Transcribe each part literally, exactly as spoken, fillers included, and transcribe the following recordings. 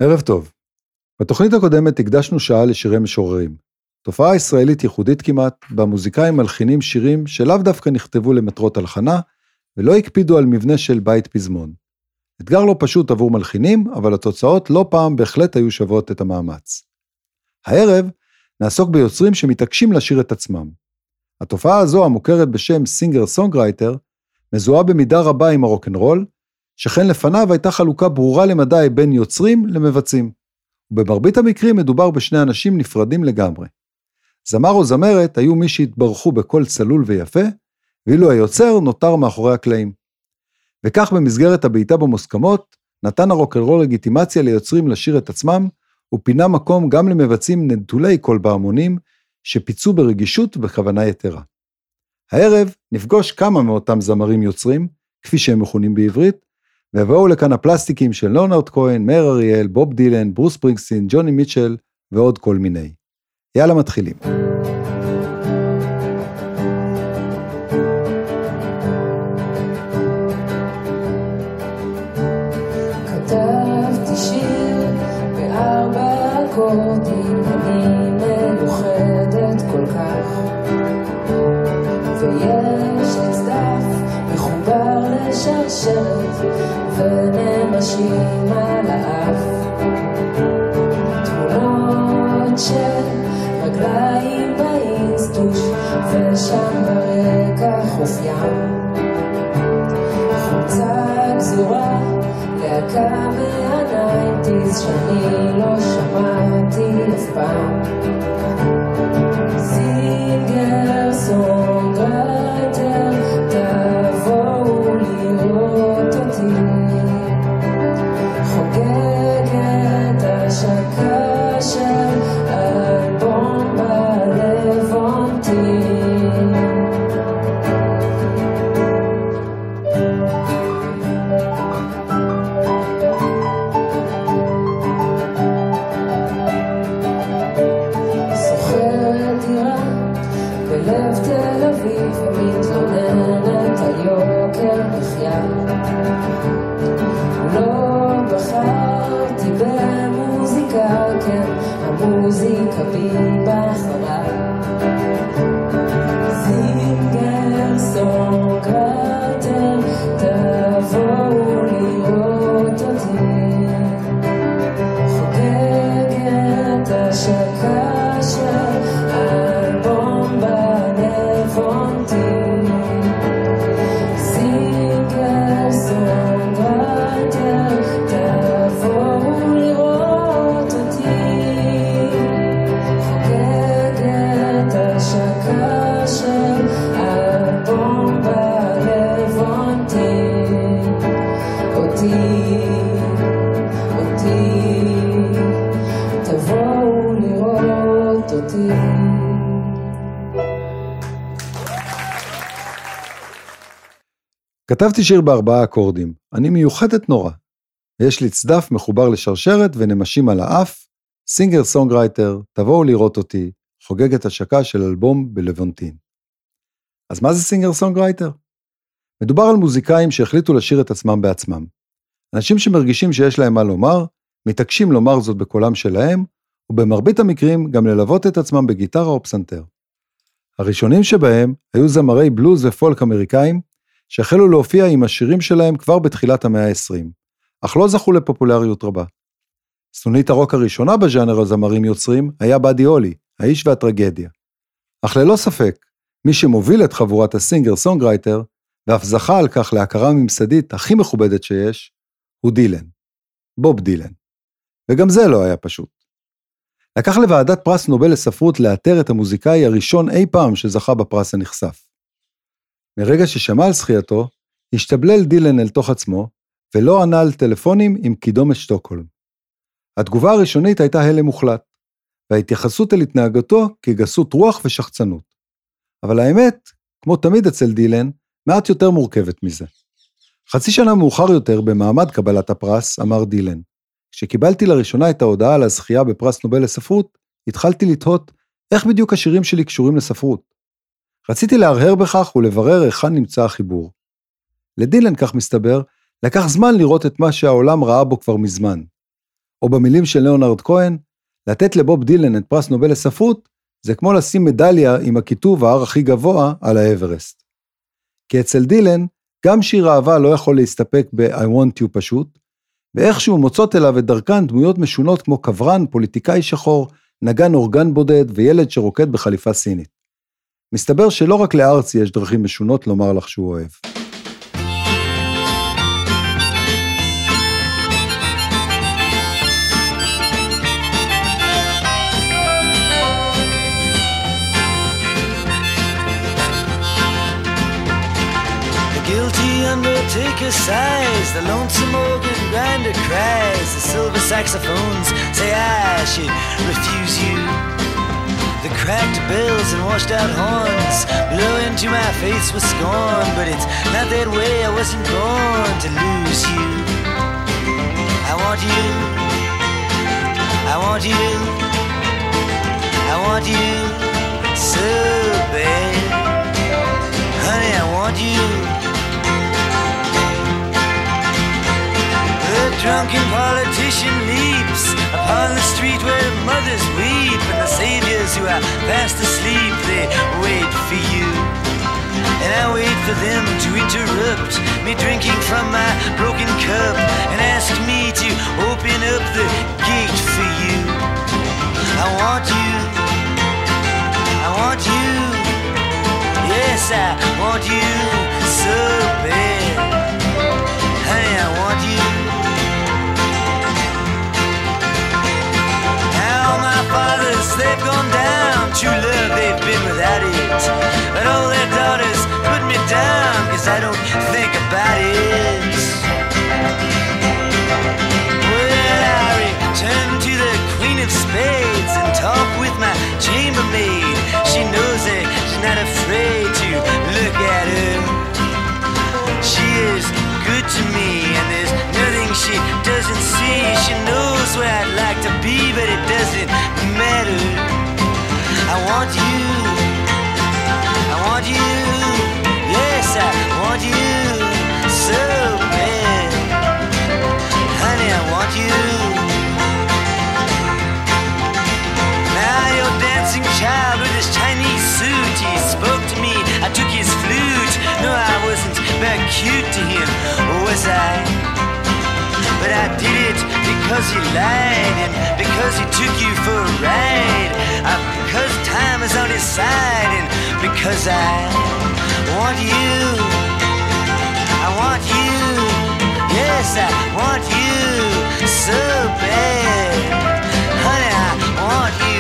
ערב טוב. בתוכנית הקודמת הקדשנו שעה לשירי משוררים. תופעה ישראלית ייחודית כמעט, בה מוזיקאים מלחינים שירים שלאו דווקא נכתבו למטרות הלחנה, ולא הקפידו על מבנה של בית פזמון. אתגר לא פשוט עבור מלחינים, אבל התוצאות לא פעם בהחלט היו שוות את המאמץ. הערב נעסוק ביוצרים שמתעקשים לשיר את עצמם. התופעה הזו, המוכרת בשם סינגר סונגרייטר, מזוהה במידה רבה עם הרוק'נ'רול, שכן לפניו הייתה חלוקה ברורה למדי בין יוצרים למבצעים. ובמרבית המקרים מדובר בשני אנשים נפרדים לגמרי. זמר או זמרת היו מי שהתברכו בקול צלול ויפה, ואילו היוצר נותר מאחורי הקלעים. וכך במסגרת הבעיטה במוסכמות, נתן הרוק'נ'רול לגיטימציה ליוצרים לשיר את עצמם, ופינה מקום גם למבצעים נטולי קול בהמונים, שפיצו ברגישות ובכוונה יתרה. הערב נפגוש כמה מאותם זמרים יוצרים, כפי שהם מכונים בעברית, ויבואו לכאן הפלסטיקים של ליאונרד כהן, מאיר אריאל, בוב דילן, ברוס ספרינגסטין, ג'וני מיטשל ועוד כל מיני. יאללה מתחילים. כתבתי שיר בארבע אקורדים, אני מיוחדת כל כך, ויש לצדף מחובר לשרשרת ונמשים על האף, תמונות של רגליים באינסטוש ושם ברקע חוף ים, חולצה גזורה להקה מהניינטיז שאני לא שמעתי אף פעם, סינגר סונגרייטר תבואו לראות אותי, חוגגת השקה של אלבום בלוונטין. שוכרת דירה בלב תל אביב ומתלוננת על יוקר מחיה, לא בחרתי במוזיקה, כן, המוזיקה בי בחרה, סינגר סונגרייטר תבואו לראות אותי, חוגגת השקה של אלבום בלוונטין, סינגר סונגרייטר תבואו לראות אותי, חוגגת השקה של אלבום בלוונטין, אותי, אותי, תבואו לראות אותי. כתבתי שיר בארבעה אקורדים, אני מיוחדת נורא. יש לי צדף מחובר לשרשרת ונמשים על האף, סינגר סונגרייטר, תבואו לראות אותי, חוגגת השקה של אלבום בלוונטין. אז מה זה סינגר סונגרייטר? מדובר על מוזיקאים שהחליטו לשיר את עצמם בעצמם. אנשים שמרגישים שיש להם מה לומר, מתעקשים לומר זאת בקולם שלהם, ובמרבית המקרים גם ללוות את עצמם בגיטרה או פסנתר. הראשונים שבהם היו זמרי בלוז ופולק אמריקאים, שהחלו להופיע עם השירים שלהם כבר בתחילת המאה ה-עשרים, אך לא זכו לפופולריות רבה. סנונית הרוק הראשונה בז'אנר הזמרים יוצרים היה באדי הולי, האיש והטרגדיה. אך ללא ספק, מי שמוביל את חבורת הסינגר סונגרייטר, ואף זכה על כך להכרה ממסדית הכי מכובדת שיש, הוא דילן, בוב דילן. וגם זה לא היה פשוט. לקח לוועדת פרס נובל לספרות לאתר את המוזיקאי הראשון אי פעם שזכה בפרס הנחשף. מרגע ששמע על זכייתו, השתבלל דילן אל תוך עצמו, ולא ענה על טלפונים עם קידומת שטוקהולם. התגובה הראשונית הייתה הלם מוחלט, וההתייחסות אל התנהגתו כגסות רוח ושחצנות. אבל האמת, כמו תמיד אצל דילן, מעט יותר מורכבת מזה. חצי שנה מאוחר יותר, במעמד קבלת הפרס, אמר דילן, כשקיבלתי לראשונה את ההודעה על הזכייה בפרס נובל לספרות, התחלתי לתהות איך בדיוק השירים שלי קשורים לספרות. רציתי להרהר בכך ולברר היכן נמצא החיבור. לדילן, כך מסתבר, לקח זמן לראות את מה שהעולם ראה בו כבר מזמן. או במילים של ליאונרד כהן, לתת לבוב דילן את פרס נובל לספרות, זה כמו לשים מדליה עם הכיתוב ההר הכי גבוה על האברסט. כי אצל דילן, גם שיר אהבה לא יכול להסתפק ב-I want you פשוט, ואיכשהו מוצאות אליו את דרכן דמויות משונות כמו קברן, פוליטיקאי שחור, נגן אורגן בודד וילד שרוקד בחליפה סינית. מסתבר שלא רק לארצי יש דרכים משונות לומר לך שהוא אוהב. Undertaker sighs, the lonesome organ grinder cries, the silver saxophones say I should refuse you. The cracked bells and washed out horns blow into my face with scorn, but it's not that way, I wasn't born to lose you. I want you, I want you, I want you so bad. Honey, I want you. The drunken politician leaps upon the street where mothers weep, and the saviors who are fast asleep, they wait for you. And I wait for them to interrupt me drinking from my broken cup and ask me to open up the gate for you. I want you, I want you, yes I want you so bad. Honey, I want you. Fathers, they've gone down, true love, they've been without it, but all their daughters put me down, cause I don't think about it. Well, I return to the Queen of Spades and talk with my chambermaid. She knows that she's not afraid to look at her. She is good to me, and there's nothing she doesn't see. She knows where I'd like to be, but it doesn't matter. I want you, I want you, yes I want you so bad. Honey, I want you. Now your dancing child with his Chinese suit, he spoke to me, I took his flute. No, I wasn't very cute to him, was I? But I did it because he lied, and because he took you for a ride, uh, because time is on his side, and because I want you, I want you, yes I want you so bad. Honey, I want you.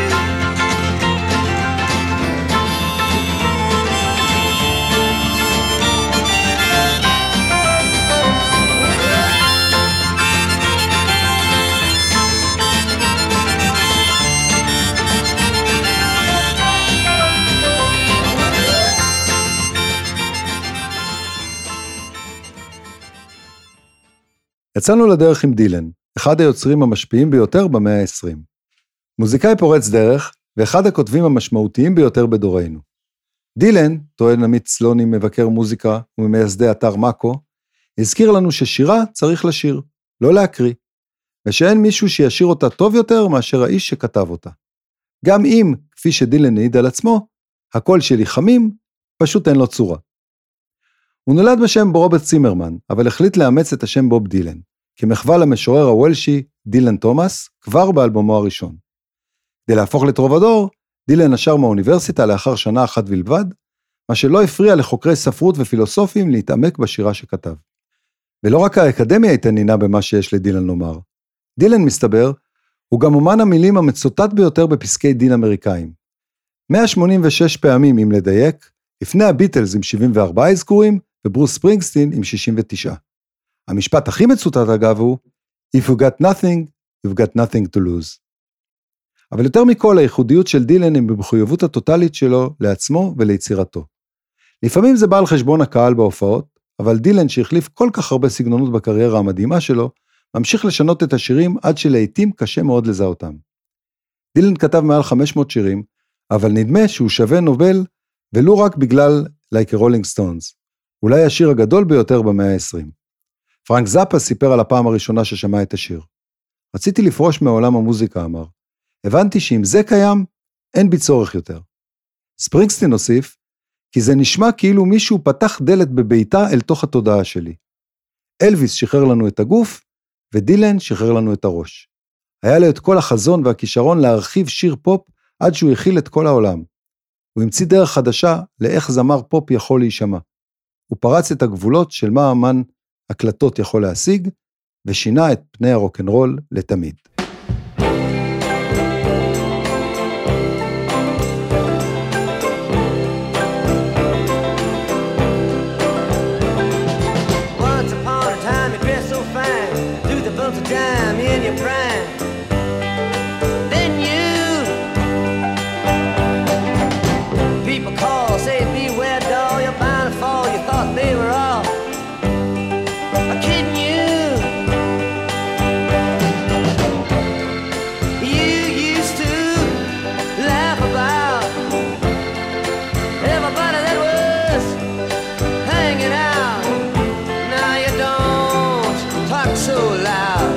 יצאנו לדרך עם דילן, אחד היוצרים המשפיעים ביותר במאה ה-עשרים. מוזיקאי פורץ דרך, ואחד הכותבים המשמעותיים ביותר בדורנו. דילן, טוען עמית סלוני מבקר מוזיקה וממייסדי אתר מאקו, הזכיר לנו ששירה צריך לשיר, לא להקריא, ושאין מישהו שישיר אותה טוב יותר מאשר האיש שכתב אותה. גם אם, כפי שדילן העיד על עצמו, הקול שלי חמים, פשוט אין לו צורה. הוא נולד בשם רוברט צימרמן, אבל החליט לאמץ את השם בוב דילן, כמחווה למשורר הוולשי דילן תומאס, כבר באלבומו הראשון. כדי להפוך לטרובדור, דילן נשר מהאוניברסיטה לאחר שנה אחת בלבד, מה שלא הפריע לחוקרי ספרות ופילוסופים להתעמק בשירה שכתב. ולא רק האקדמיה התעניינה במה שיש לדילן לומר. דילן, מסתבר, הוא גם אומן המילים המצוטט ביותר בפסקי דין אמריקאים. מאה שמונים ושש פעמים, אם לדייק, לפני הביטלס עם שבעים וארבעה אזכורים, וברוס ספרינגסטין עם שישים ותשע. המשפט הכי מצוטט אגב הוא, If you got nothing, you've got nothing to lose. אבל יותר מכל, הייחודיות של דילן היא במחויבות הטוטלית שלו לעצמו וליצירתו. לפעמים זה בא על חשבון הקהל בהופעות, אבל דילן שהחליף כל כך הרבה סגנונות בקריירה המדהימה שלו, ממשיך לשנות את השירים עד שלעיתים קשה מאוד לזהותם. דילן כתב מעל חמש מאות שירים, אבל נדמה שהוא שווה נובל, ולא רק בגלל Like a Rolling Stones, אולי השיר הגדול ביותר במאה ה-עשרים. פרנק זאפה סיפר על הפעם הראשונה ששמע את השיר. רציתי לפרוש מעולם המוזיקה, אמר. הבנתי שאם זה קיים, אין בי צורך יותר. ספרינגסטין הוסיף, כי זה נשמע כאילו מישהו פתח דלת בביתה אל תוך התודעה שלי. אלוויס שחרר לנו את הגוף, ודילן שחרר לנו את הראש. היה לו את כל החזון והכישרון להרחיב שיר פופ עד שהוא הכיל את כל העולם. הוא המציא דרך חדשה לאיך זמר פופ יכול להישמע. הוא פרץ את הגבולות של מה אמן הקלטות יכול להשיג, ושינה את פני הרוקנרול לתמיד. Time in your prime, then you people call, say beware doll, you're bound to fall, you thought they were all kidding you. You used to laugh about everybody that was hanging out. Now you don't talk so loud.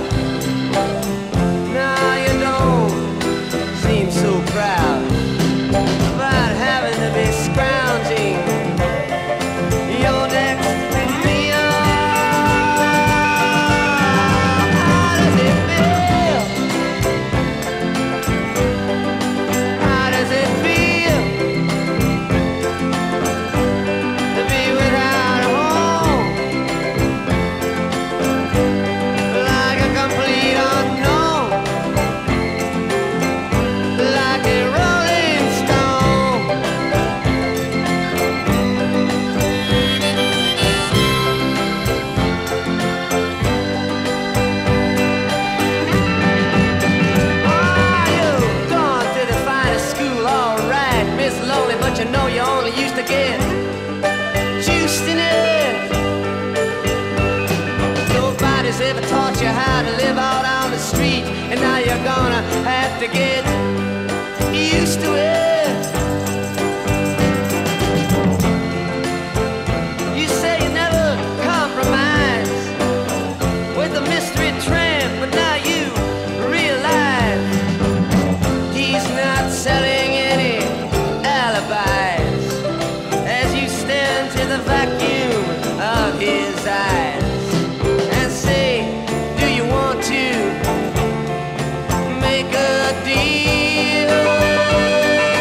Gonna have to get used to it. You say you never compromise with a mystery tramp, but now you realize he's not selling any alibis as you stare into the vacuum of his eyes and say, do you want to make a deal?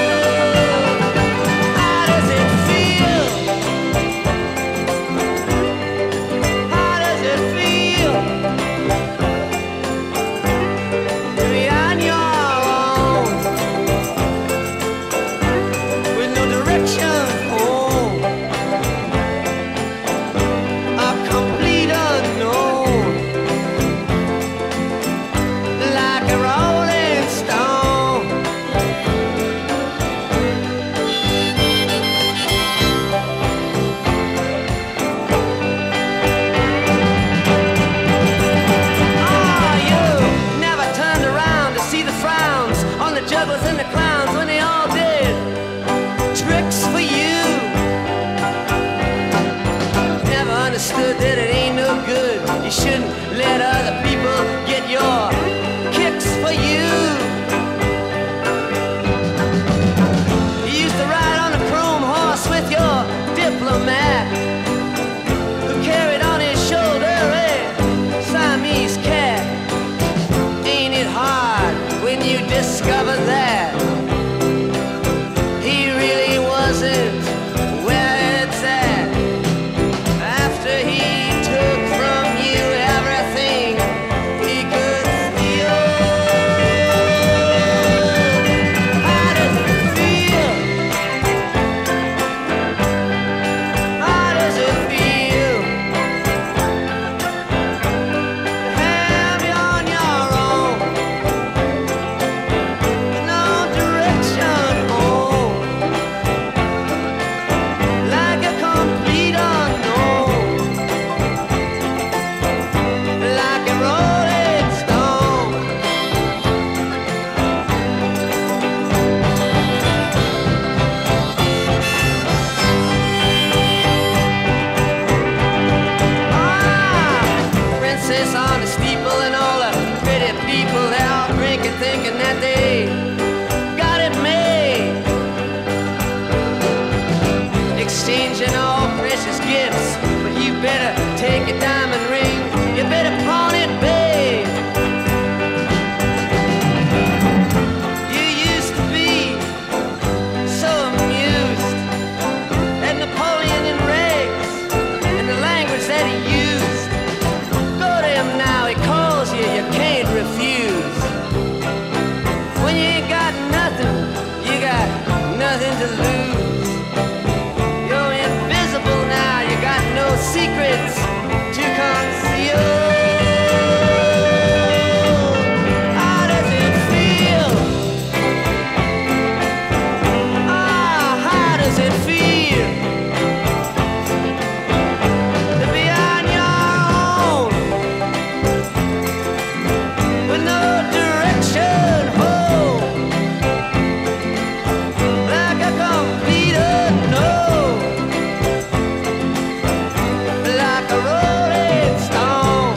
nothing to lose. You're invisible now, you got no secrets to conceal. How does it feel? Ah, how does it feel to be on your own with no direction home, like a complete unknown, like a rolling stone?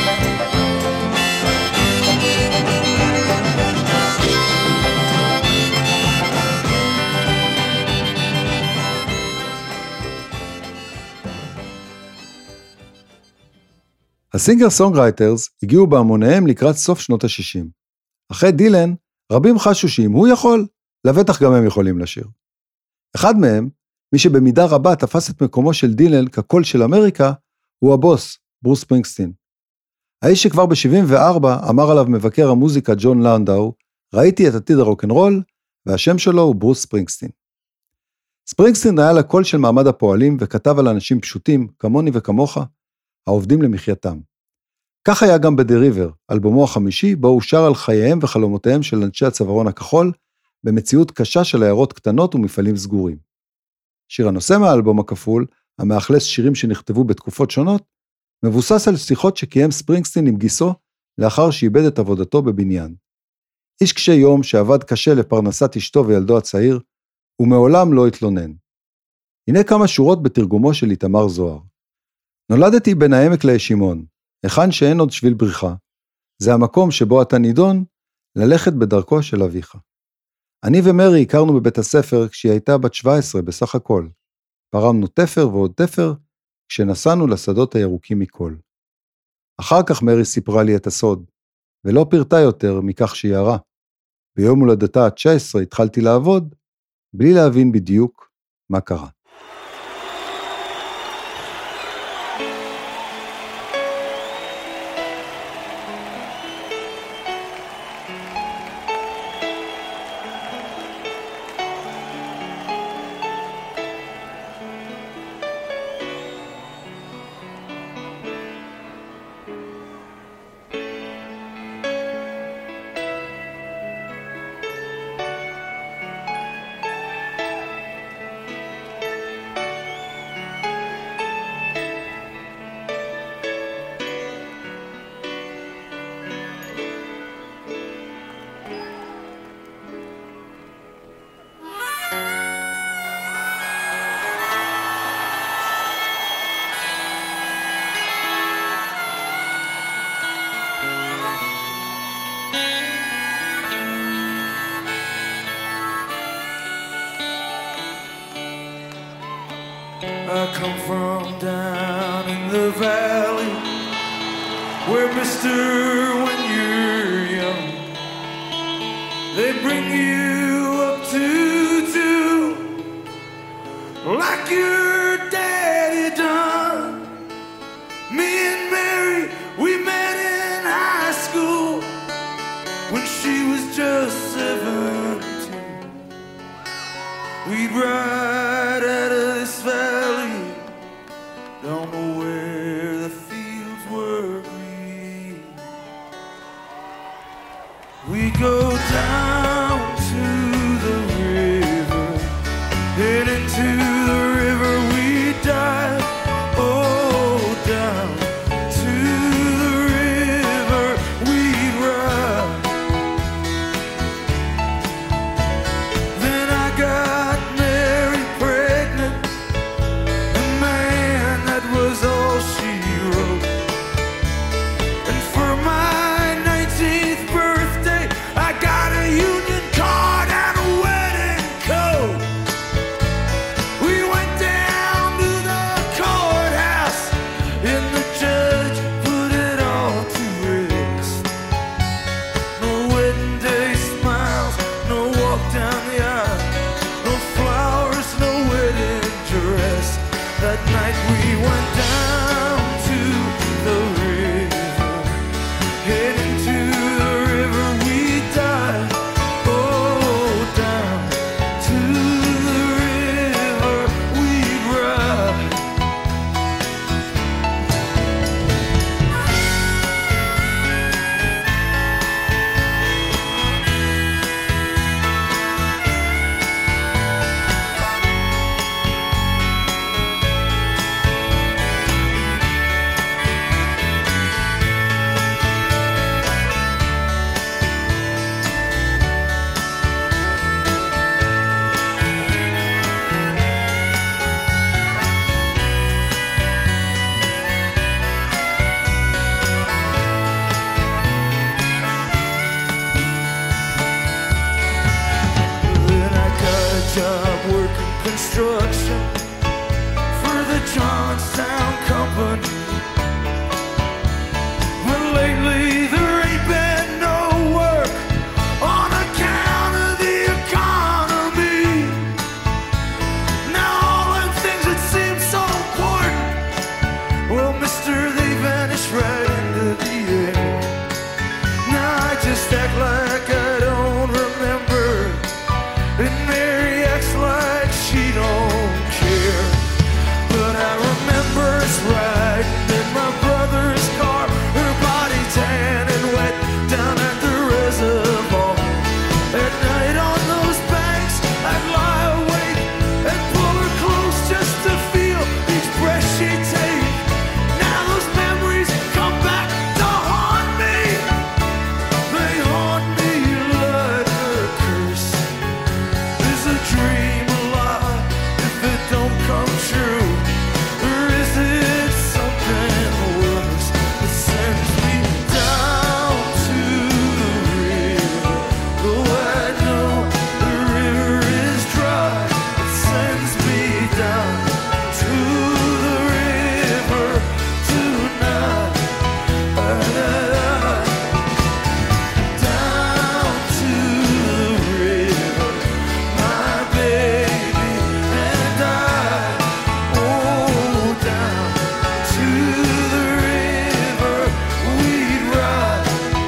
הסינגר סונגרייטרס הגיעו בהמוניהם לקראת סוף שנות ה-שישים. אחרי דילן, רבים חשו שאם הוא יכול, לבטח גם הם יכולים לשיר. אחד מהם, מי שבמידה רבה תפס את מקומו של דילן כקול של אמריקה, הוא הבוס, ברוס ספרינגסטין. האיש שכבר ב-שבעים וארבע אמר עליו מבקר המוזיקה ג'ון לנדאו, ראיתי את עתיד הרוקנרול, והשם שלו הוא ברוס ספרינגסטין. ספרינגסטין היה לקול של מעמד הפועלים וכתב על אנשים פשוטים, כמוני וכמוך, העובדים למחייתם. כך היה גם ב"דה ריבר", אלבומו החמישי, בו הוא שר על חייהם וחלומותיהם של אנשי הצווארון הכחול, במציאות קשה של עיירות קטנות ומפעלים סגורים. שיר הנושא מהאלבום הכפול, המאכלס שירים שנכתבו בתקופות שונות, מבוסס על שיחות שקיים ספרינגסטין עם גיסו, לאחר שאיבד את עבודתו בבניין. איש קשה יום שעבד קשה לפרנסת אשתו וילדו הצעיר, ומעולם לא התלונן. הנה כמה שורות בתרגומו של איתמר זוהר. נולדתי בין העמק לישימון, היכן שאין עוד שביל בריחה. זה המקום שבו אתה נידון ללכת בדרכו של אביך. אני ומרי הכרנו בבית הספר כשהיא הייתה בת שבע עשרה בסך הכל. פרמנו תפר ועוד תפר כשנסענו לשדות הירוקים מכל. אחר כך מרי סיפרה לי את הסוד, ולא פרטה יותר מכך שהיא ירה. ביום הולדתה ה-תשע עשרה התחלתי לעבוד, בלי להבין בדיוק מה קרה. I come from down in the valley where, mister, when you're young, they bring you up to do like your daddy done. Me and Mary, we met in high school when she was just seventeen. We'd ride out of this valley, don't know where the fields were green. We go down to the river, head into the river we dive, oh down to the river we ride. Then I got Mary pregnant, and man, that was all she wrote. And for my nineteenth birthday, I got a union card and a wedding coat. We job working construction for the Johnstown Company. But lately there ain't been no work on account of the economy. Now all them things that seem so important, well, mister, they vanish right into the air. Now I just act like I don't remember, and Mary acts like she don't care. But I remember us riding in my brother's car, her body tan and wet down at the reservoir. At night on those banks I'd lie awake and pull her close just to feel each breath she'd take. Now those memories come back to haunt me. They haunt me like a curse. Is a dream a lie if it don't come true? Or is it something worse that sends me down to the river? Though I know the river is dry, it sends me down to the river tonight. Down to the river, my baby and I. Oh, down to the river we'd ride.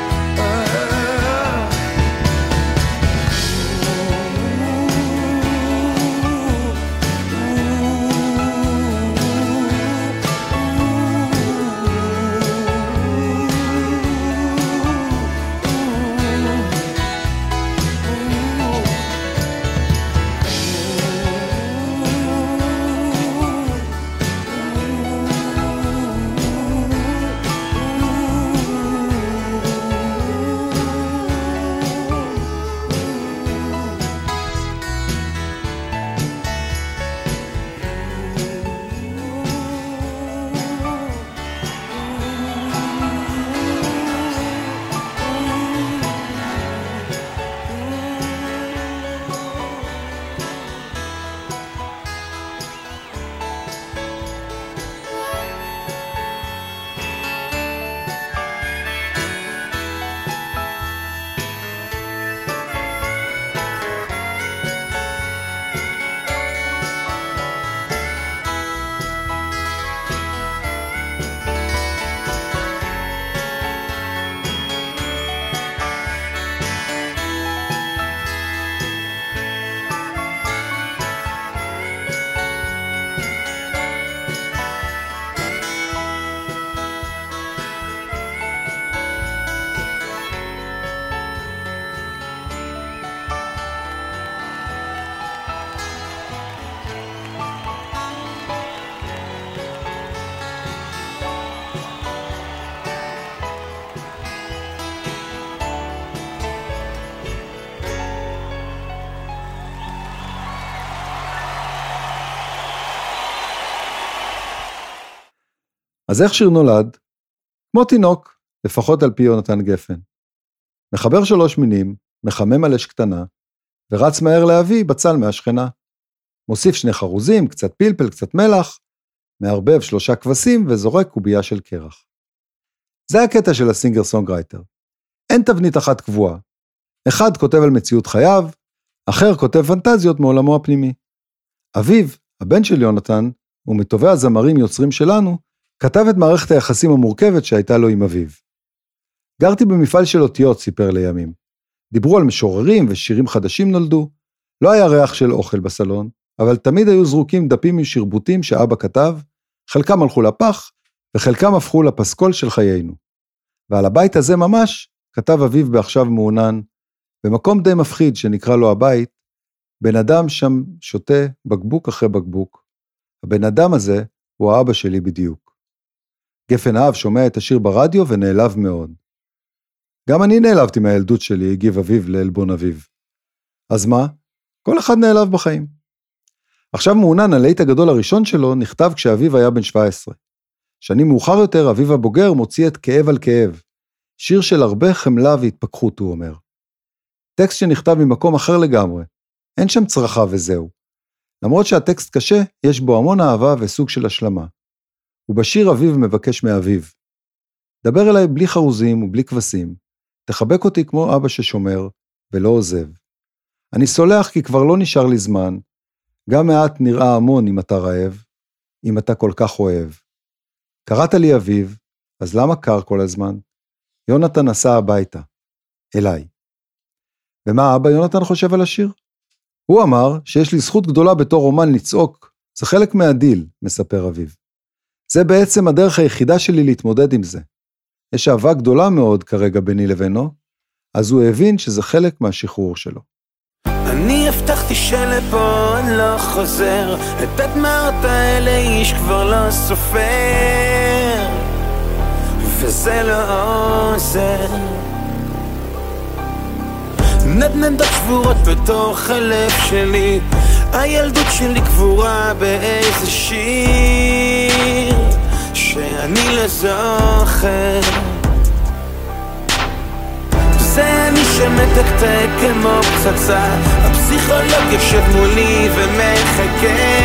אז איך שיר נולד? כמו תינוק, לפחות על פי יונתן גפן. מחבר שלוש מינים, מחמם על אש קטנה, ורץ מהר להביא בצל מהשכנה. מוסיף שני חרוזים, קצת פלפל, קצת מלח, מערבב שלושה כבשים וזורק קובייה של קרח. זה הקטע של הסינגר סונגרייטר. אין תבנית אחת קבועה. אחד כותב על מציאות חייו, אחר כותב פנטזיות מעולמו הפנימי. אביו, הבן של יונתן, ומטובי הזמרים יוצרים שלנו, כתב את מערכת היחסים המורכבת שהייתה לו עם אביו. גרתי במפעל של אותיות, סיפר לימים. דיברו על משוררים ושירים חדשים נולדו. לא היה ריח של אוכל בסלון, אבל תמיד היו זרוקים דפים עם שרבוטים שאבא כתב, חלקם הלכו לפח, וחלקם הפכו לפסקול של חיינו. ועל הבית הזה ממש, כתב אביו בעכשיו מעונן, במקום די מפחיד שנקרא לו הבית, בן אדם שם שותה בקבוק אחרי בקבוק. הבן אדם הזה הוא האבא שלי בדיוק. גפן האב שומע את השיר ברדיו ונעלב מאוד. גם אני נעלבתי מהילדות שלי, הגיב אביו לאלבון אביו. אז מה? כל אחד נעלב בחיים. עכשיו מעונן, הלהיט הגדול הראשון שלו נכתב כשאביו היה בן שבע עשרה. שנים מאוחר יותר, אביו הבוגר מוציא את כאב על כאב. שיר של הרבה חמלה והתפכחות, הוא אומר. טקסט שנכתב ממקום אחר לגמרי. אין שם צרחה וזהו. למרות שהטקסט קשה, יש בו המון אהבה וסוג של השלמה. ובשיר אביב מבקש מאביו. דבר אליי בלי חרוזים ובלי כבשים, תחבק אותי כמו אבא ששומר ולא עוזב. אני סולח כי כבר לא נשאר לי זמן, גם מעט נראה המון אם אתה רעב, אם אתה כל כך אוהב. קראת לי אביב, אז למה קר כל הזמן? יונתן נסע הביתה, אליי. ומה אבא יונתן חושב על השיר? הוא אמר שיש לי זכות גדולה בתור רומן לצעוק, זה חלק מהדיל, מספר אביב. זה בעצם הדרך היחידה שלי להתמודד עם זה. יש אהבה גדולה מאוד כרגע ביני לבינו, אז הוא הבין שזה חלק מהשחרור שלו. אני הבטחתי שלפה אני לא חוזר, את הדמעות האלה איש כבר לא סופר, וזה לא עוזר. נדנדות שבורות בתוך הלב שלי, הילדות שלי קבורה באיזה שיר שאני לא זוכר. זה אני שמתקתק כמו פצצה, הפסיכולוג יושב מולי ומחכה,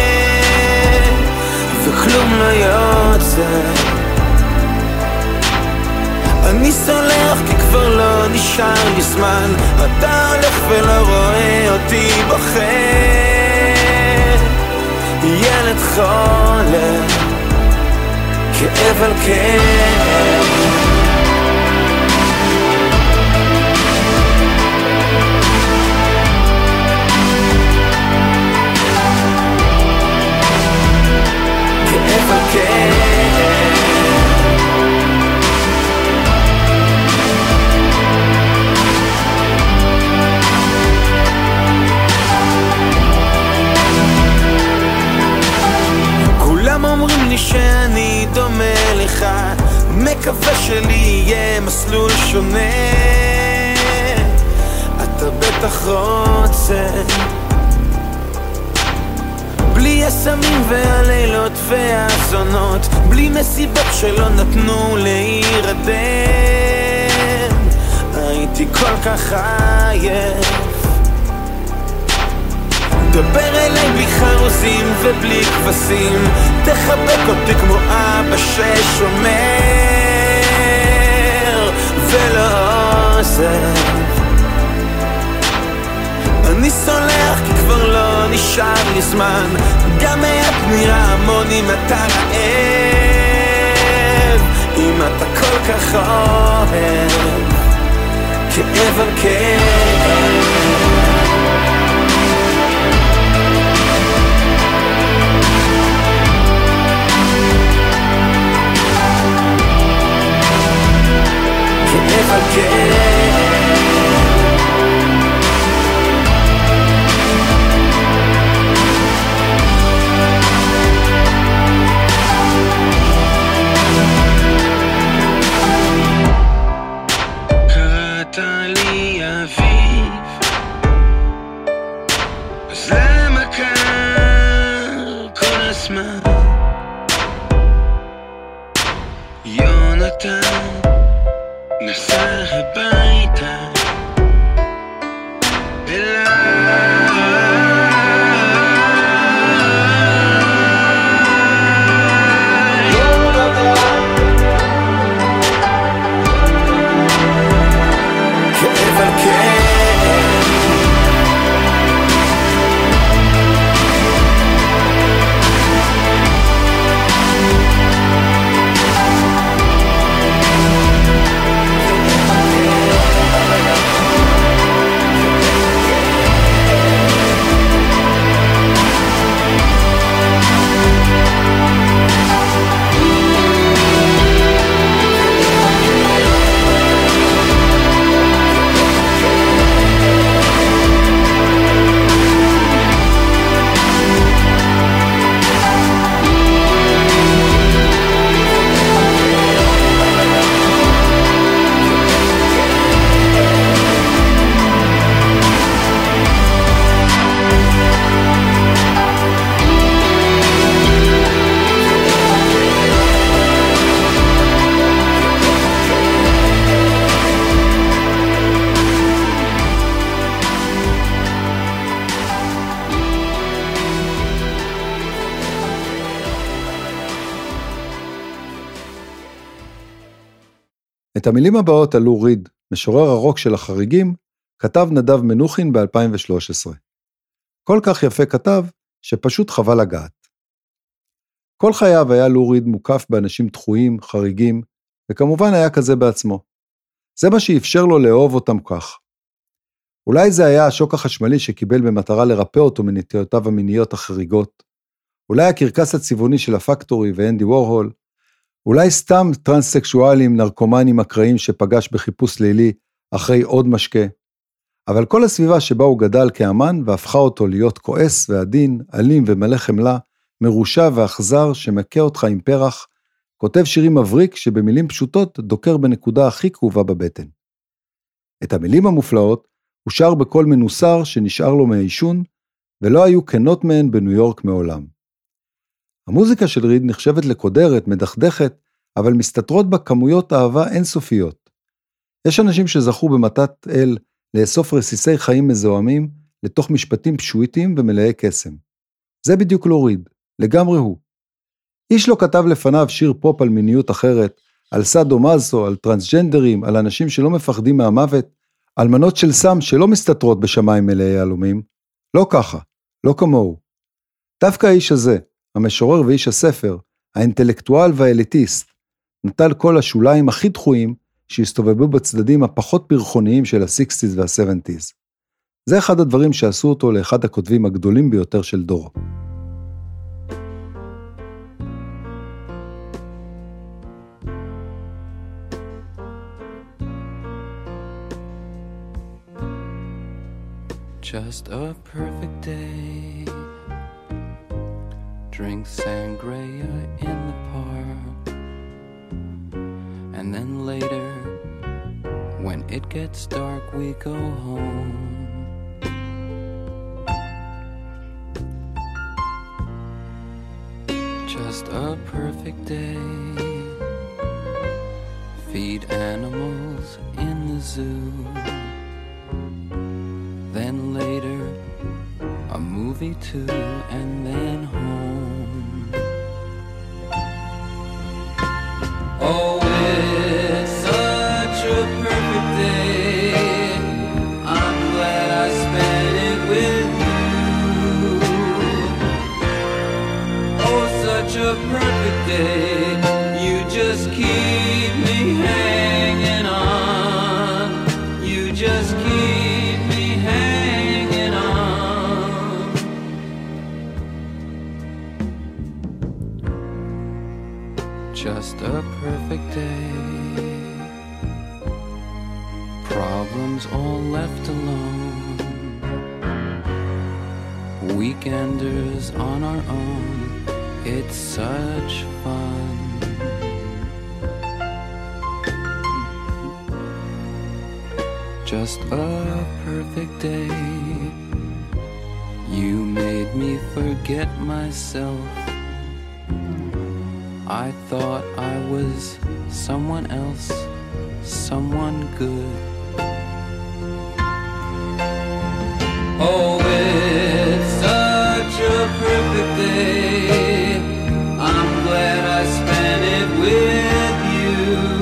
וכלום לא יוצא. אני סולח כי כבר לא נשאר לי זמן, אתה הולך ולא רואה אותי בוכה, ילד חולה, כאב על כאב. כאב על כאב. כולם אומרים לי שאני דומה לך, מקווה שלי יהיה מסלול שונה, אתה בטח רוצה, בלי הסמים והלילות והזונות, בלי מסיבות שלא נתנו להירדם, הייתי כל כך עייף. דבר אליי בלי חרוזים ובלי כבשים, תחבק אותי כמו אבא ששומר ולא עוזב. אני סולח כי כבר לא נשאר לי זמן, גם מעט נראה המון אם אתה רעב, אם אתה כל כך אוהב, כאב על כאב. כאב על כאב. קראת לי אביב, אז למה קר כל הזמן? יונתן נסע הביתה אליי. כאב על כאב. את המילים הבאות על לו ריד, משורר הרוק של החריגים, כתב נדב מנוחין ב-אלפיים ושלוש עשרה. כל כך יפה כתב, שפשוט חבל לגעת. כל חייו היה לו ריד מוקף באנשים דחויים, חריגים, וכמובן היה כזה בעצמו. זה מה שאפשר לו לאהוב אותם כך. אולי זה היה השוק החשמלי שקיבל במטרה לרפא אותו מנטיותיו המיניות החריגות. אולי הקרקס הצבעוני של הפקטורי ואנדי וורהול. אולי סתם טרנסקשואלים נרקומנים אקראיים שפגש בחיפוש לילי אחרי עוד משקה. אבל כל הסביבה שבה הוא גדל כאמן והפכה אותו להיות כועס ועדין, אלים ומלא חמלה, מרושע ואכזר שמכה אותך עם פרח, כותב שירים מבריק שבמילים פשוטות דוקר בנקודה הכי כאובה בבטן. את המילים המופלאות הוא שר בקול מנוסר שנשאר לו מהעישון, ולא היו כנות מהן בניו יורק מעולם. המוזיקה של ריד נחשבת לקודרת, מדכדכת, אבל מסתתרות בה כמויות אהבה אינסופיות. יש אנשים שזכו במתת אל לאסוף רסיסי חיים מזוהמים לתוך משפטים פשוטים ומלאי קסם. זה בדיוק לו ריד, לגמרי הוא. איש לא כתב לפניו שיר פופ על מיניות אחרת, על סאדו מאזו, על טרנסג'נדרים, על אנשים שלא מפחדים מהמוות, על מנות של סם שלא מסתתרות בשמיים מלאי יהלומים. לא ככה, לא כמוהו. דווקא האיש הזה, המשורר ואיש הספר, האינטלקטואל והאליטיסט, נטל כל השוליים הכי דחויים שהסתובבו בצדדים הפחות פרחוניים של ה-שישים וה-שבעים. זה אחד הדברים שעשו אותו לאחד הכותבים הגדולים ביותר של דורו. Just a perfect day. Drink sangria in the park. And then later, when it gets dark, we go home. Just a perfect day. Feed animals in the zoo. Then later, a movie too, and then home. Oh, it's such a perfect day. I'm glad I spent it with you. Oh, such a perfect day. You just keep me hanging on. You just keep me hanging on. Just a perfect day. Problems all left alone. Weekenders on our own. It's such fun. Just a perfect day. You made me forget myself. I thought I was someone else, someone good. Oh, it's such a perfect day. I'm glad I spent it with you.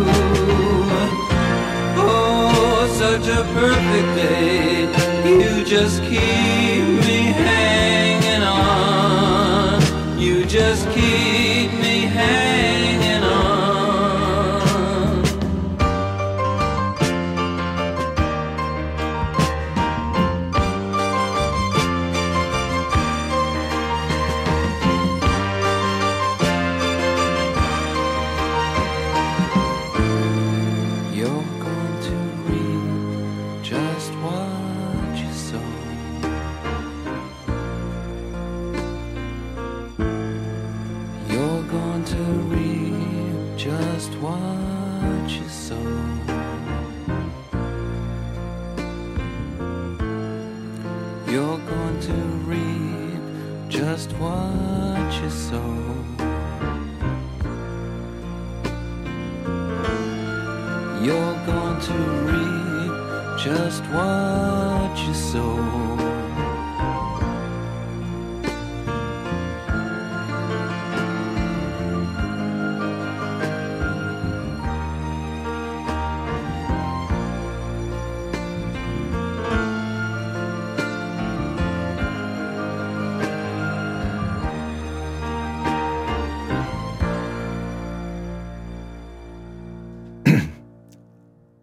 Oh, such a perfect day. You just keep me hanging on. You just keep me hanging on. You're going to read just what you sow. You're going to reap just what you sow. You're going to reap just what you sow. You're going to reap just what you sow.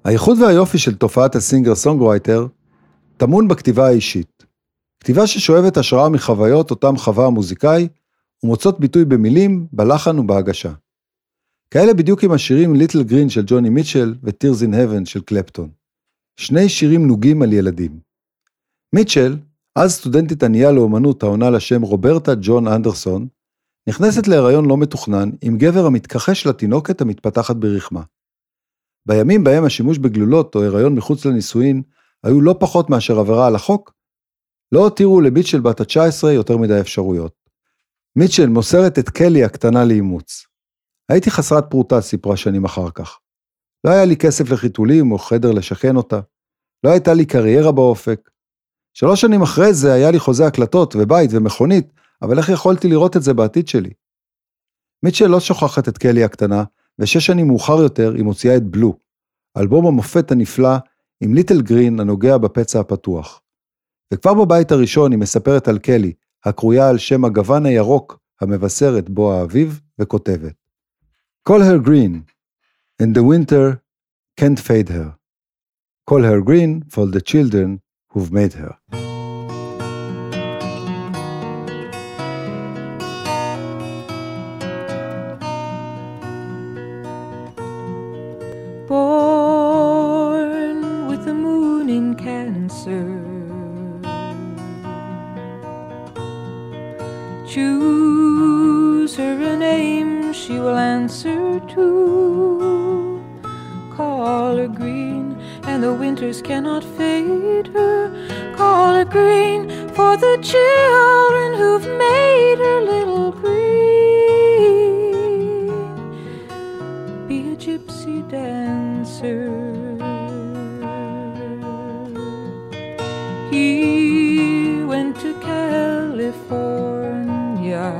הייחוד והיופי של תופעת הסינגר סונגרייטר טמון בכתיבה האישית. כתיבה ששואבת השראה מחוויות אותם חווה המוזיקאי, ומוצאות ביטוי במילים, בלחן ובהגשה. כאלה בדיוק עם השירים ליטל גרין של ג'וני מיטשל ו-Tears in Heaven של קלפטון. שני שירים נוגים על ילדים. מיטשל, אז סטודנטית ענייה לאומנות העונה לשם רוברטה ג'ון אנדרסון, נכנסת להיריון לא מתוכנן עם גבר המתכחש לתינוקת המתפתחת ברחמה. בימים בהם השימוש בגלולות או הריון מחוץ לנישואין היו לא פחות מאשר עבירה על החוק, לא הותירו למיטשל בת ה-תשע עשרה יותר מדי אפשרויות. מיטשל מוסרת את קלי הקטנה לאימוץ. הייתי חסרת פרוטה, סיפרה שנים אחר כך. לא היה לי כסף לחיתולים או חדר לשכן אותה. לא הייתה לי קריירה באופק. שלוש שנים אחרי זה היה לי חוזה הקלטות ובית ומכונית, אבל איך יכולתי לראות את זה בעתיד שלי? מיטשל לא שוכחת את קלי הקטנה, ושש שנים מאוחר יותר היא מוציאה את בלו, אלבום המופת הנפלא עם ליטל גרין הנוגע בפצע הפתוח. וכבר בבית הראשון היא מספרת על קלי, הקרויה על שם הגוון הירוק המבשר את בוא האביב, וכותבת: Call her green, and the winter can't fade her. Call her green for the children who've made her. Born with the moon in Cancer, choose her a name she will answer to. Call her green, and the winters cannot fade her. Call her green for the children who've made her little green. Be a gypsy dancer. He went to California,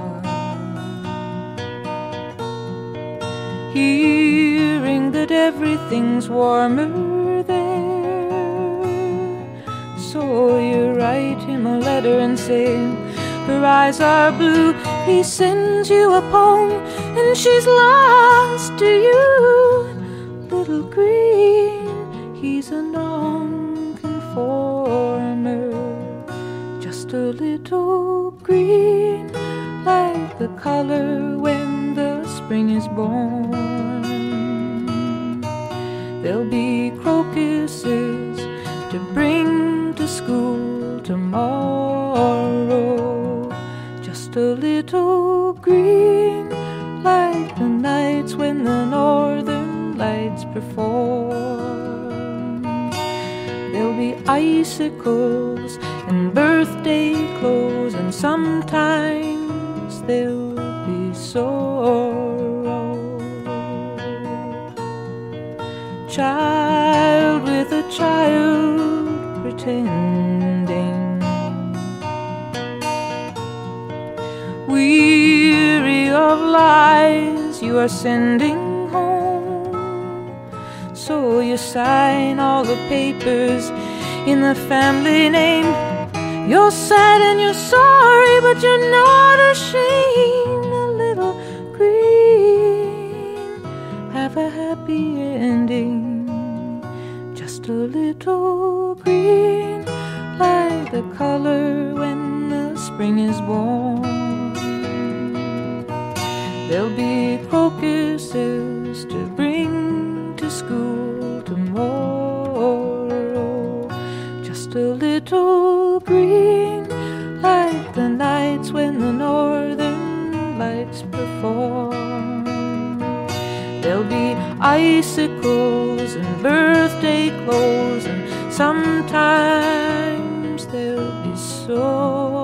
hearing that everything's warmer there. So you write him a letter and say, her eyes are blue. He sends you a poem and she's lost to you. Little green, he's a non-conformer, just a little green, like the color when the spring is born. There'll be crocuses to bring to school tomorrow, just a little green, like the nights when the northern lights perform. There'll be icicles and birthday clothes, and sometimes there'll be sorrow. Child with a child pretending, weary of lies you are sending home. So you sign all the papers in the family name. You're sad and you're sorry, but you're not ashamed. A little green, have a happy ending. Just a little green, like the color when the spring is born. There'll be crocuses to bring to school tomorrow, just a little green, like the nights when the northern lights perform. There'll be icicles and birthday clothes, and sometimes there'll be sorrow.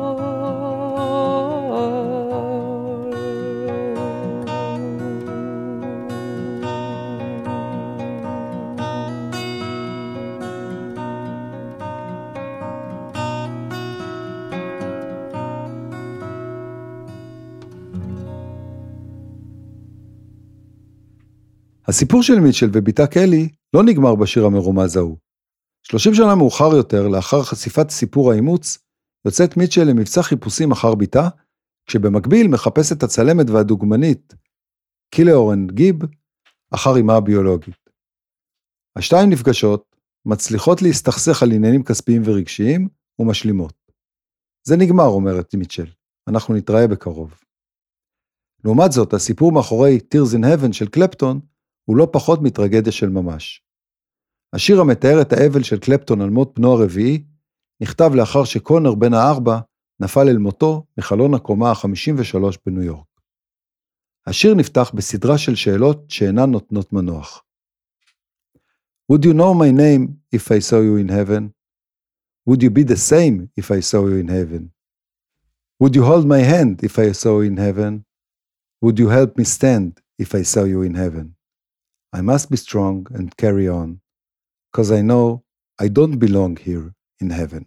הסיפור של מיטשל וביתה קלי לא נגמר בשיר המרומז ההוא. שלושים שנה מאוחר יותר, לאחר חשיפת סיפור האימוץ, יוצאת מיטשל למבצע חיפושים אחר ביתה, כשבמקביל מחפשת הצלמת והדוגמנית, קילאורן גיב, אחר אמה הביולוגית. השתיים נפגשות, מצליחות להסתכסך על עניינים כספיים ורגשיים ומשלימות. זה נגמר, אומרת מיטשל, אנחנו נתראה בקרוב. לעומת זאת, הסיפור מאחורי Tears in Heaven של קלפטון הוא לא פחות מטרגדיה של ממש. השיר המתאר את האבל של קלפטון על מות בנו הרביעי, נכתב לאחר שקונר בן הארבע נפל אל מותו מחלון הקומה ה-חמישים ושלוש בניו יורק. השיר נפתח בסדרה של שאלות שאינן נותנות מנוח. Would you know my name if I saw you in heaven? Would you be the same if I saw you in heaven? Would you hold my hand if I saw you in heaven? Would you help me stand if I saw you in heaven? I must be strong and carry on, because I know I don't belong here in heaven.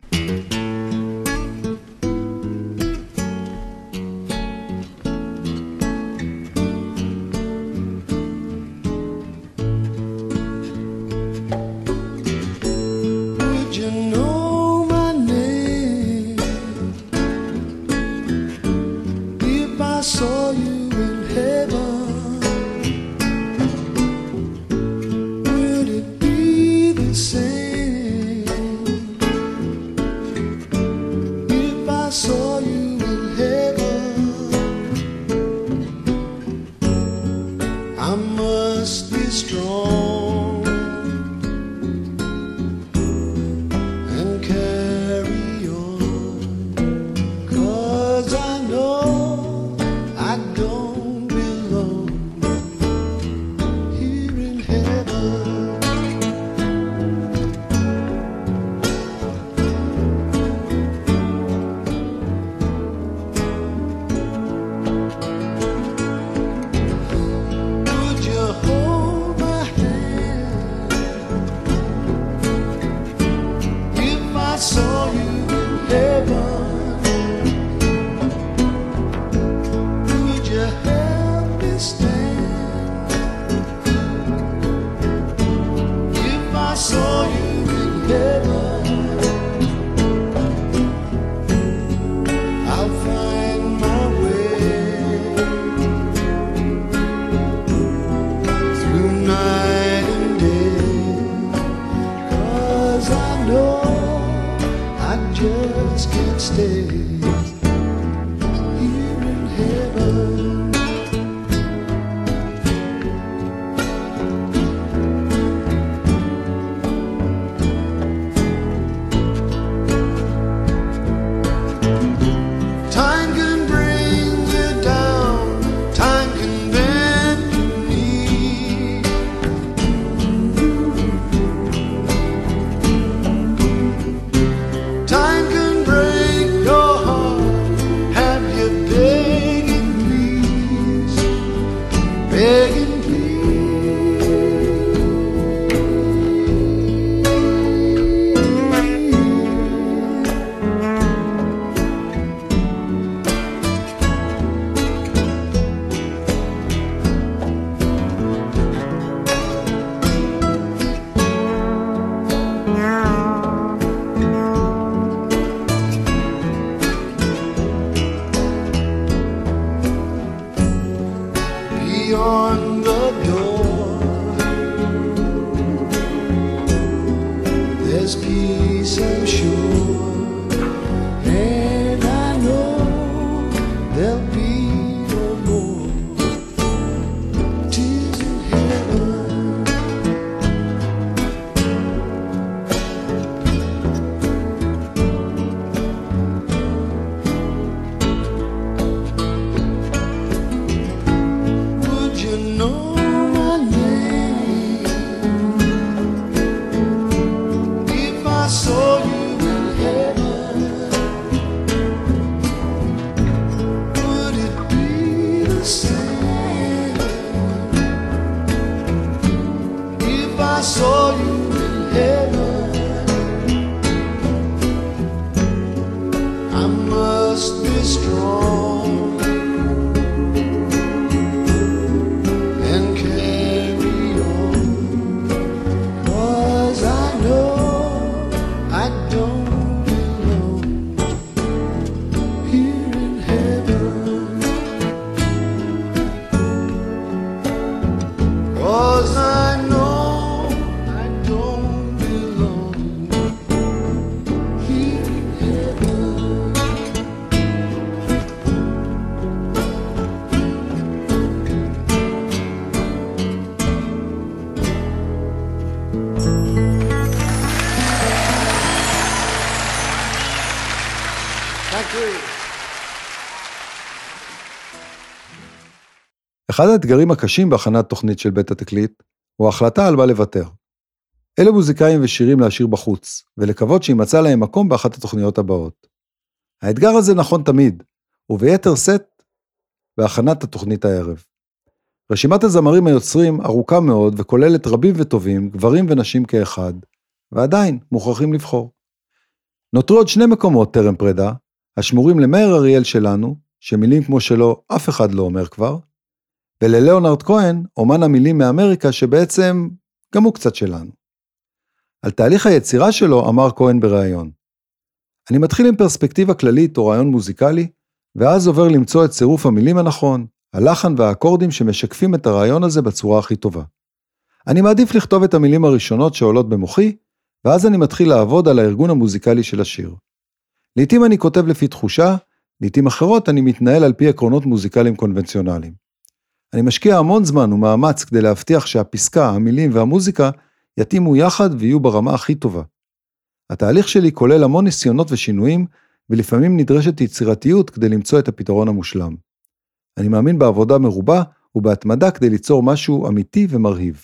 אחד האתגרים הקשים בהכנת תוכנית של בית התקליט, הוא ההחלטה על מה לוותר. אלה מוזיקאים ושירים להשאיר בחוץ, ולקוות שימצא להם מקום באחת התוכניות הבאות. האתגר הזה נכון תמיד, וביתר סט בהכנת התוכנית הערב. רשימת הזמרים היוצרים ארוכה מאוד וכוללת רבים וטובים, גברים ונשים כאחד, ועדיין מוכרחים לבחור. נותרו עוד שני מקומות טרם פרידה, השמורים למאיר אריאל שלנו, שמילים כמו שלו אף אחד לא אומר כבר, וללאונרד כהן, אומן המילים מאמריקה שבעצם גם הוא קצת שלנו. על תהליך היצירה שלו אמר כהן בראיון. אני מתחיל עם פרספקטיבה כללית או רעיון מוזיקלי, ואז עובר למצוא את צירוף המילים הנכון, הלחן והאקורדים שמשקפים את הרעיון הזה בצורה הכי טובה. אני מעדיף לכתוב את המילים הראשונות שעולות במוחי, ואז אני מתחיל לעבוד על הארגון המוזיקלי של השיר. לעתים אני כותב לפי תחושה, לעתים אחרות אני מתנהל על פי עקרונות מוזיקליים קונבנציונליים. אני משקיע המון זמן ומאמץ כדי להבטיח שהפסקה, המילים והמוזיקה יתאימו יחד ויהיו ברמה הכי טובה. התהליך שלי כולל המון ניסיונות ושינויים, ולפעמים נדרשת יצירתיות כדי למצוא את הפתרון המושלם. אני מאמין בעבודה מרובה ובהתמדה כדי ליצור משהו אמיתי ומרהיב.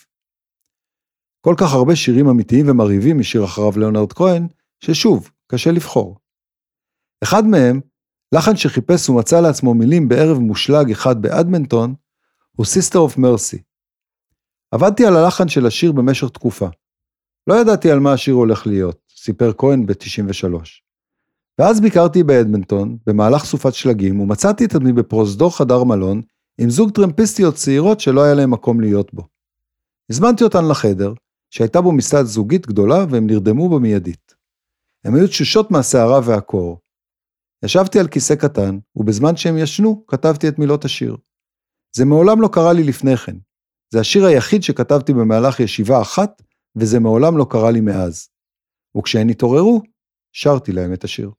כל כך הרבה שירים אמיתיים ומרהיבים משיר אחריו לאונרד כהן, ששוב, קשה לבחור. אחד מהם, לחן שחיפש ומצא לעצמו מילים בערב מושלג אחד באדמנטון, הוא Sister of Mercy. עבדתי על הלחן של השיר במשך תקופה. לא ידעתי על מה השיר הולך להיות, סיפר כהן ב-תשעים ושלוש. ואז ביקרתי באדמנטון, במהלך סופת שלגים, ומצאתי את עצמי בפרוזדור חדר מלון, עם זוג טרמפיסטיות צעירות שלא היה להם מקום להיות בו. הזמנתי אותן לחדר, שהייתה בו מסעד זוגית גדולה, והם נרדמו במיידית. הם היו תשושות מהשערה והקור. ישבתי על כיסא קטן, ובזמן שהם ישנו, כתבתי את מילות השיר. זה מעולם לא קרה לי לפני כן. זה השיר היחיד שכתבתי במהלך ישיבה אחת, וזה מעולם לא קרה לי מאז. וכשהן התעוררו, שרתי להם את השיר.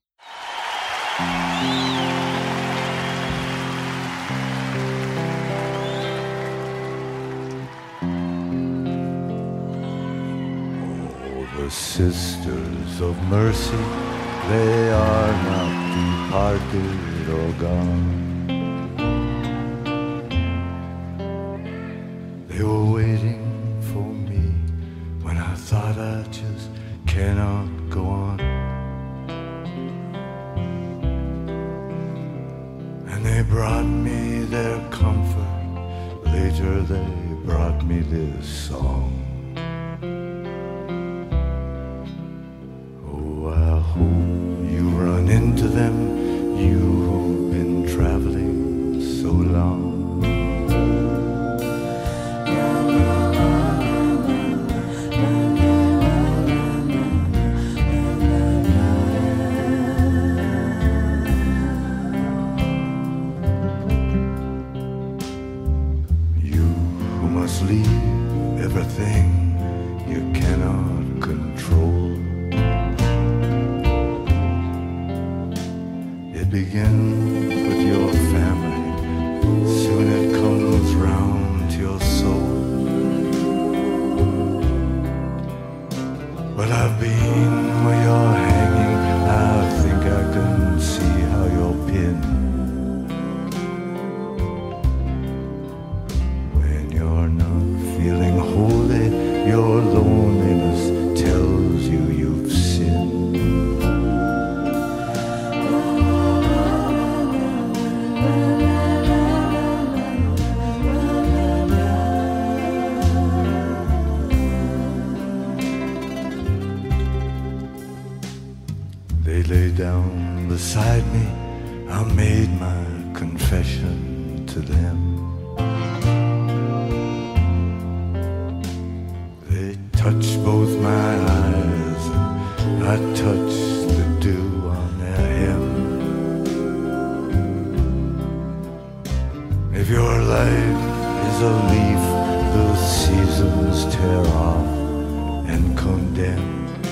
The sisters of mercy, they are not departed or gone. They were waiting for me when I thought I just cannot go on. And they brought me their comfort, later they brought me this song. I hope you run into them, you who've been traveling so long. You who must leave everything you cannot control. Begins with your family, soon it comes round to your soul. But I've been where you're hanging, I think I can see how you're pinned. When you're not feeling holy, your loneliness tells you you've sinned. They lay down beside me, I made my confession to them. They touched both my eyes, and I touched the dew on their hem. If your life is a leaf the seasons tear off and condemn,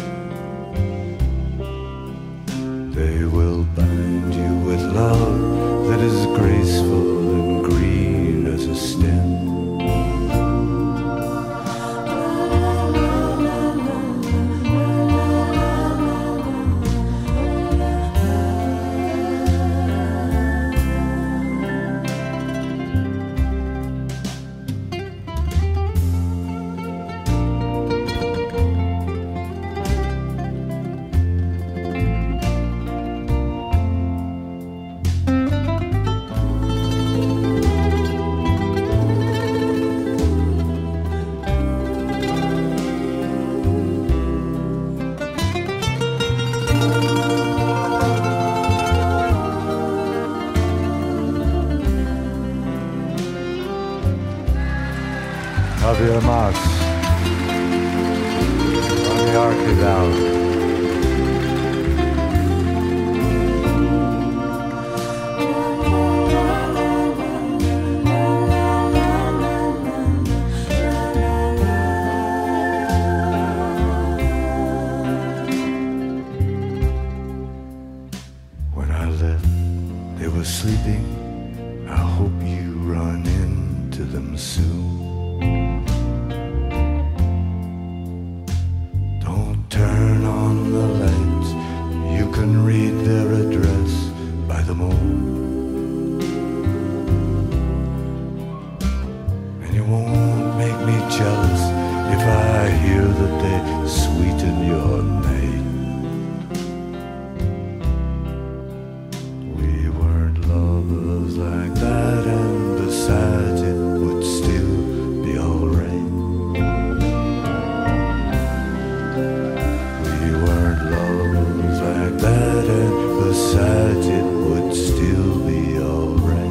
they will bind you with love that is graceful and green as a stem. Javier Mas on the Archidal. When I left, they were sleeping. I hope you run into them soon. Don't turn on the lights. You can read their address by the moon. And you won't make me jealous if I hear that they sweeten your night. We weren't lovers like that, and besides it would still be alright. We weren't lovers like that, and besides it would still be alright.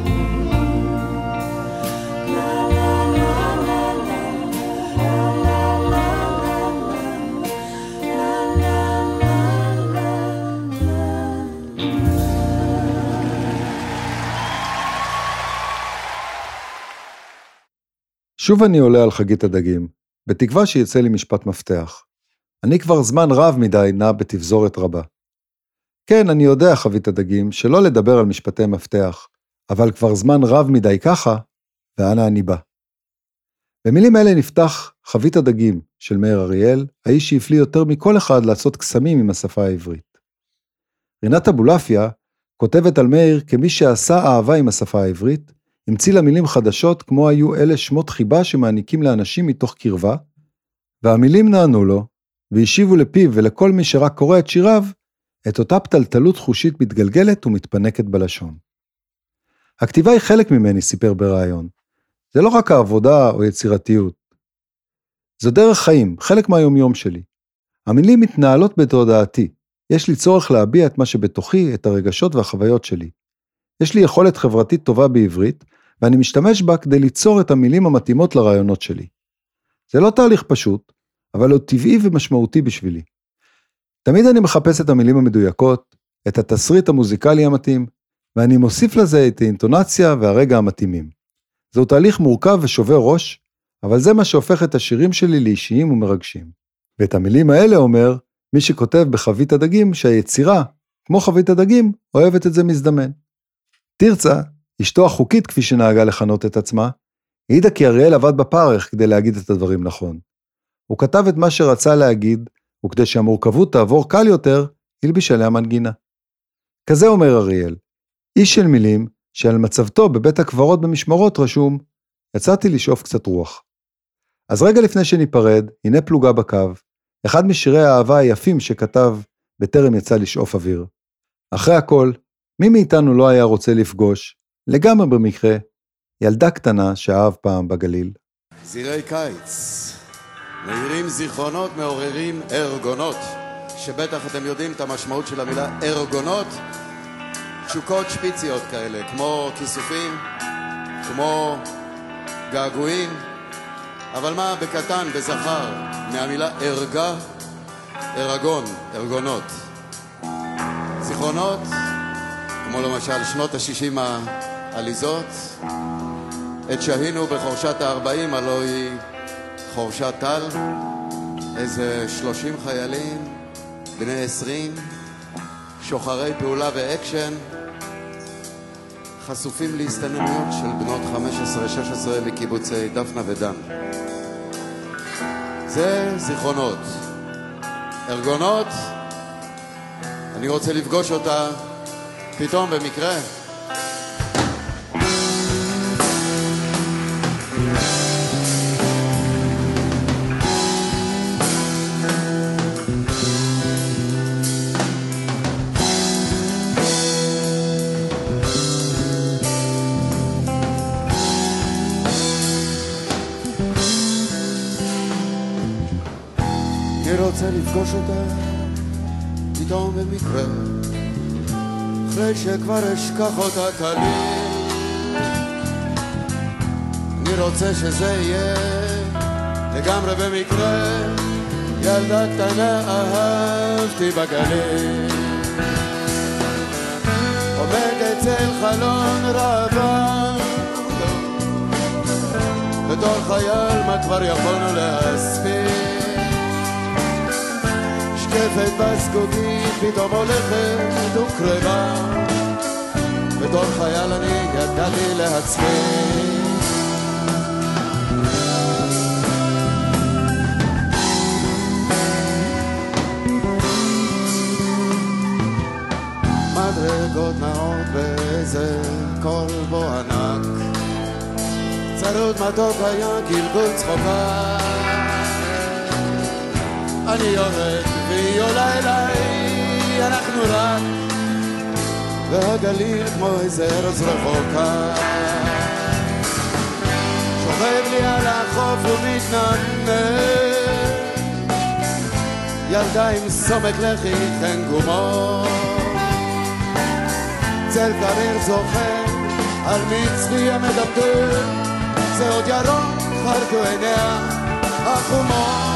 שוב אני עולה על חגית הדגים, בתקווה שיצא לי משפט מפתח. אני כבר זמן רב מדי נע בתבזורת רבה. כן, אני יודע, חבית הדגים, שלא לדבר על משפטי מפתח, אבל כבר זמן רב מדי ככה, ואנה אני בא. במילים אלה נפתח חבית הדגים של מאיר אריאל, האיש שהפליא יותר מכל אחד לעשות קסמים עם השפה העברית. רינת אבולעפיה כותבת על מאיר כמי שעשה אהבה עם השפה העברית, המציא לה מילים חדשות כמו היו אלה שמות חיבה שמעניקים לאנשים מתוך קרבה, והמילים נענו לו, והשיבו לפיו ולכל מי שרק קורא את שיריו, את אותה פתלתלות חושית מתגלגלת ומתפנקת בלשון. הכתיבה היא חלק ממני, סיפר ברעיון. זה לא רק העבודה או יצירתיות. זו דרך חיים, חלק מהיומיום שלי. המילים מתנהלות בתודעתי. יש לי צורך להביע את מה שבתוכי, את הרגשות והחוויות שלי. יש לי יכולת חברתית טובה בעברית, ואני משתמש בה כדי ליצור את המילים המתאימות לרעיונות שלי. זה לא תהליך פשוט, אבל הוא טבעי ומשמעותי בשבילי. תמיד אני מחפש את המילים המדויקות, את התסריט המוזיקלי המתאים, ואני מוסיף לזה את האינטונציה והרגע המתאימים. זהו תהליך מורכב ושובר ראש, אבל זה מה שהופך את השירים שלי לאישיים ומרגשים. ואת המילים האלה אומר, מי שכותב בחבית הדגים שהיצירה, כמו חבית הדגים, אוהבת את זה מזדמן. תרצה, אשתו החוקית כפי שנהגה לכנות את עצמה, העידה כי אריאל עבד בפרך כדי להגיד את הדברים נכון. הוא כתב את מה שרצה להגיד, וכדי שהמורכבות תעבור קל יותר, הלביש עליה מנגינה. כזה אומר אריאל, איש של מילים, שעל מצבתו בבית הקברות במשמרות רשום, יצאתי לשאוף קצת רוח. אז רגע לפני שניפרד, הנה פלוגה בקו, אחד משירי האהבה היפים שכתב בטרם יצא לשאוף אוויר. אחרי הכל, מי מאיתנו לא היה רוצה לפגוש, לגמרי במקרה, ילדה קטנה שאהב פעם בגליל. זירי קיץ, מאירים זיכרונות מעוררים ארגונות, שבטח אתם יודעים את המשמעות של המילה ארגונות, תשוקות שפיציות כאלה, כמו כיסופים, כמו געגועים, אבל מה בקטן, בזכר, מהמילה ארגה, ארגון, ארגונות. זיכרונות, כמו למשל שנות ה-שישים העליזות, את שהינו בחורשת ה-ארבעים, הלוא היא חורשת טל, איזה שלושים חיילים, בני עשרים, שוחרי פעולה ואקשן, חשופים להסתננויות של בנות חמש עשרה שש עשרה מקיבוצי דפנה ודן. זה זיכרונות. ארגונות, אני רוצה לפגוש אותה פתאום במקרה. אני רוצה לפגוש אותה פתאום במקרה, אחרי שכבר אשכח אותה כליל. אני רוצה שזה יהיה לגמרי במקרה, ילדה קטנה אהבתי בגליל, עומד אצל חלון רעבה, בתור חייל מה כבר יכולנו להספיק, שקפת בסגוגית פתאום הולכת וקרבה, בתור חייל אני ידעתי להצחיק. מדרגות נעות באיזה כלבו ענק, צרוד מתוק היה גלגול צחוקה, אני יורד והיא עולה אליי, אנחנו רק, והגליל כמו איזה ארץ רחוקה, שוכב לי על החוף ומתנמנם, ילדה עם סומק לחי חן גומות, צל קריר זוכר על מצחי המדבר, זה עוד ירוק חרקו עיניה החומות.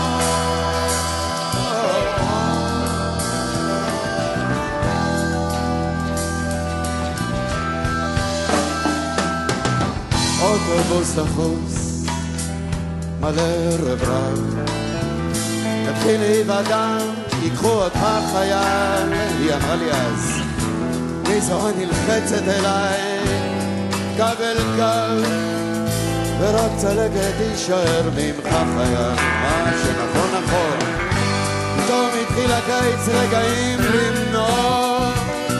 אוטובוס דחוס מלא רברב, נתחיל להיוודע, ייקחו אותך חייל, היא אמרה לי אז, ניזו נלחצת אליי, קו אל קו, ורק צלקת יישאר ממך חייל, מה שנכון נכון, פתאום התחיל הקיץ רגעים למנוע,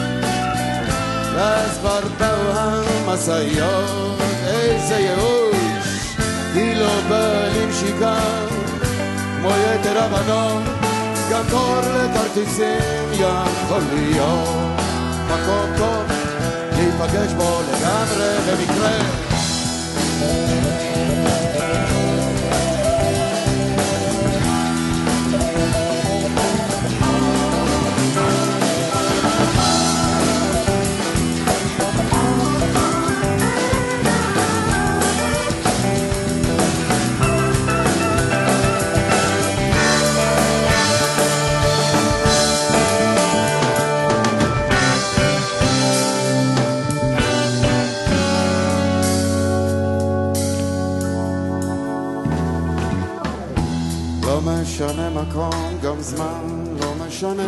ואז כבר באו המשאיות, איזה ייאוש, היא לא באה למשיקה, כמו יתר הבנות, גם תור לכרטיסים יכול להיות, מקום טוב, להיפגש בו לגמרי במקרה. משנה מקום, גם זמן לא משנה,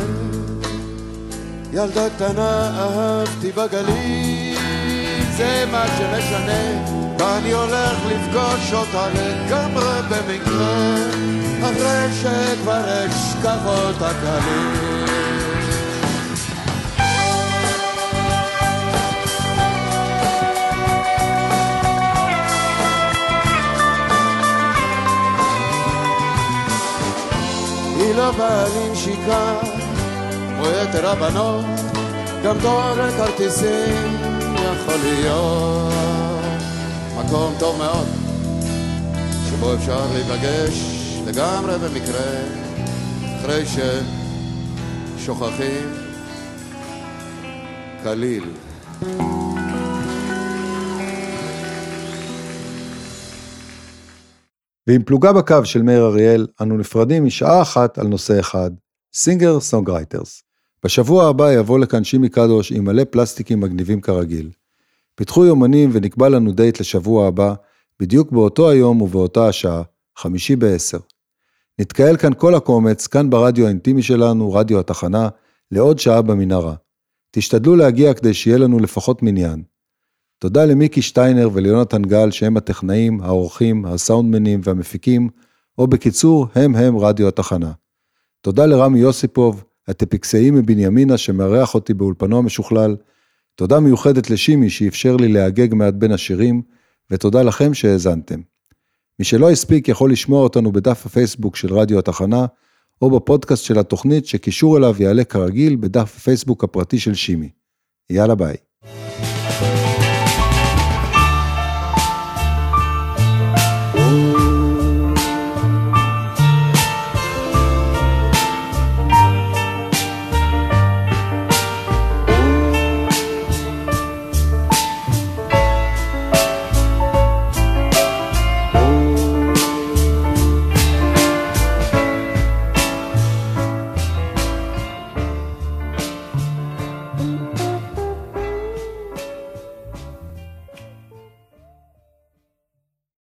ילדה קטנה אהבתי בגליל, זה מה שמשנה, ואני הולך לפגוש אותה לגמרי במקרה, אחרי שכבר אשכח אותה כליל. היא לא באה לנשיקה, כמו יתר הבנות, גם תור כרטיסים יכול להיות, מקום טוב מאוד, שבו אפשר להיפגש לגמרי במקרה, אחרי ששוכחים כליל. ועם פלוגה בקו של מאיר אריאל, אנו נפרדים משעה אחת על נושא אחד, סינגר סונגרייטרס. בשבוע הבא יבוא לכאן שימי קדוש עם מלא פלסטיקים מגניבים כרגיל. פיתחו יומנים ונקבע לנו דייט לשבוע הבא, בדיוק באותו היום ובאותה השעה, חמישי בעשר. נתקהל כאן כל הקומץ, כאן ברדיו האינטימי שלנו, רדיו התחנה, לעוד שעה במנהרה. תשתדלו להגיע כדי שיהיה לנו לפחות מניין. תודה למיקי שטיינר וליונתן גל שהם הטכנאים, האורחים, הסאונדמנים והמפיקים, או בקיצור, הם הם רדיו התחנה. תודה לרמי יוסיפוב, הטפיקסאי מבנימינה שמארח אותי באולפנו המשוכלל. תודה מיוחדת לשימי שאפשר לי להגג מעט בין השירים, ותודה לכם שהאזנתם. מי שלא הספיק יכול לשמוע אותנו בדף הפייסבוק של רדיו התחנה, או בפודקאסט של התוכנית שקישור אליו יעלה כרגיל בדף הפייסבוק הפרטי של שימי. יאללה ביי.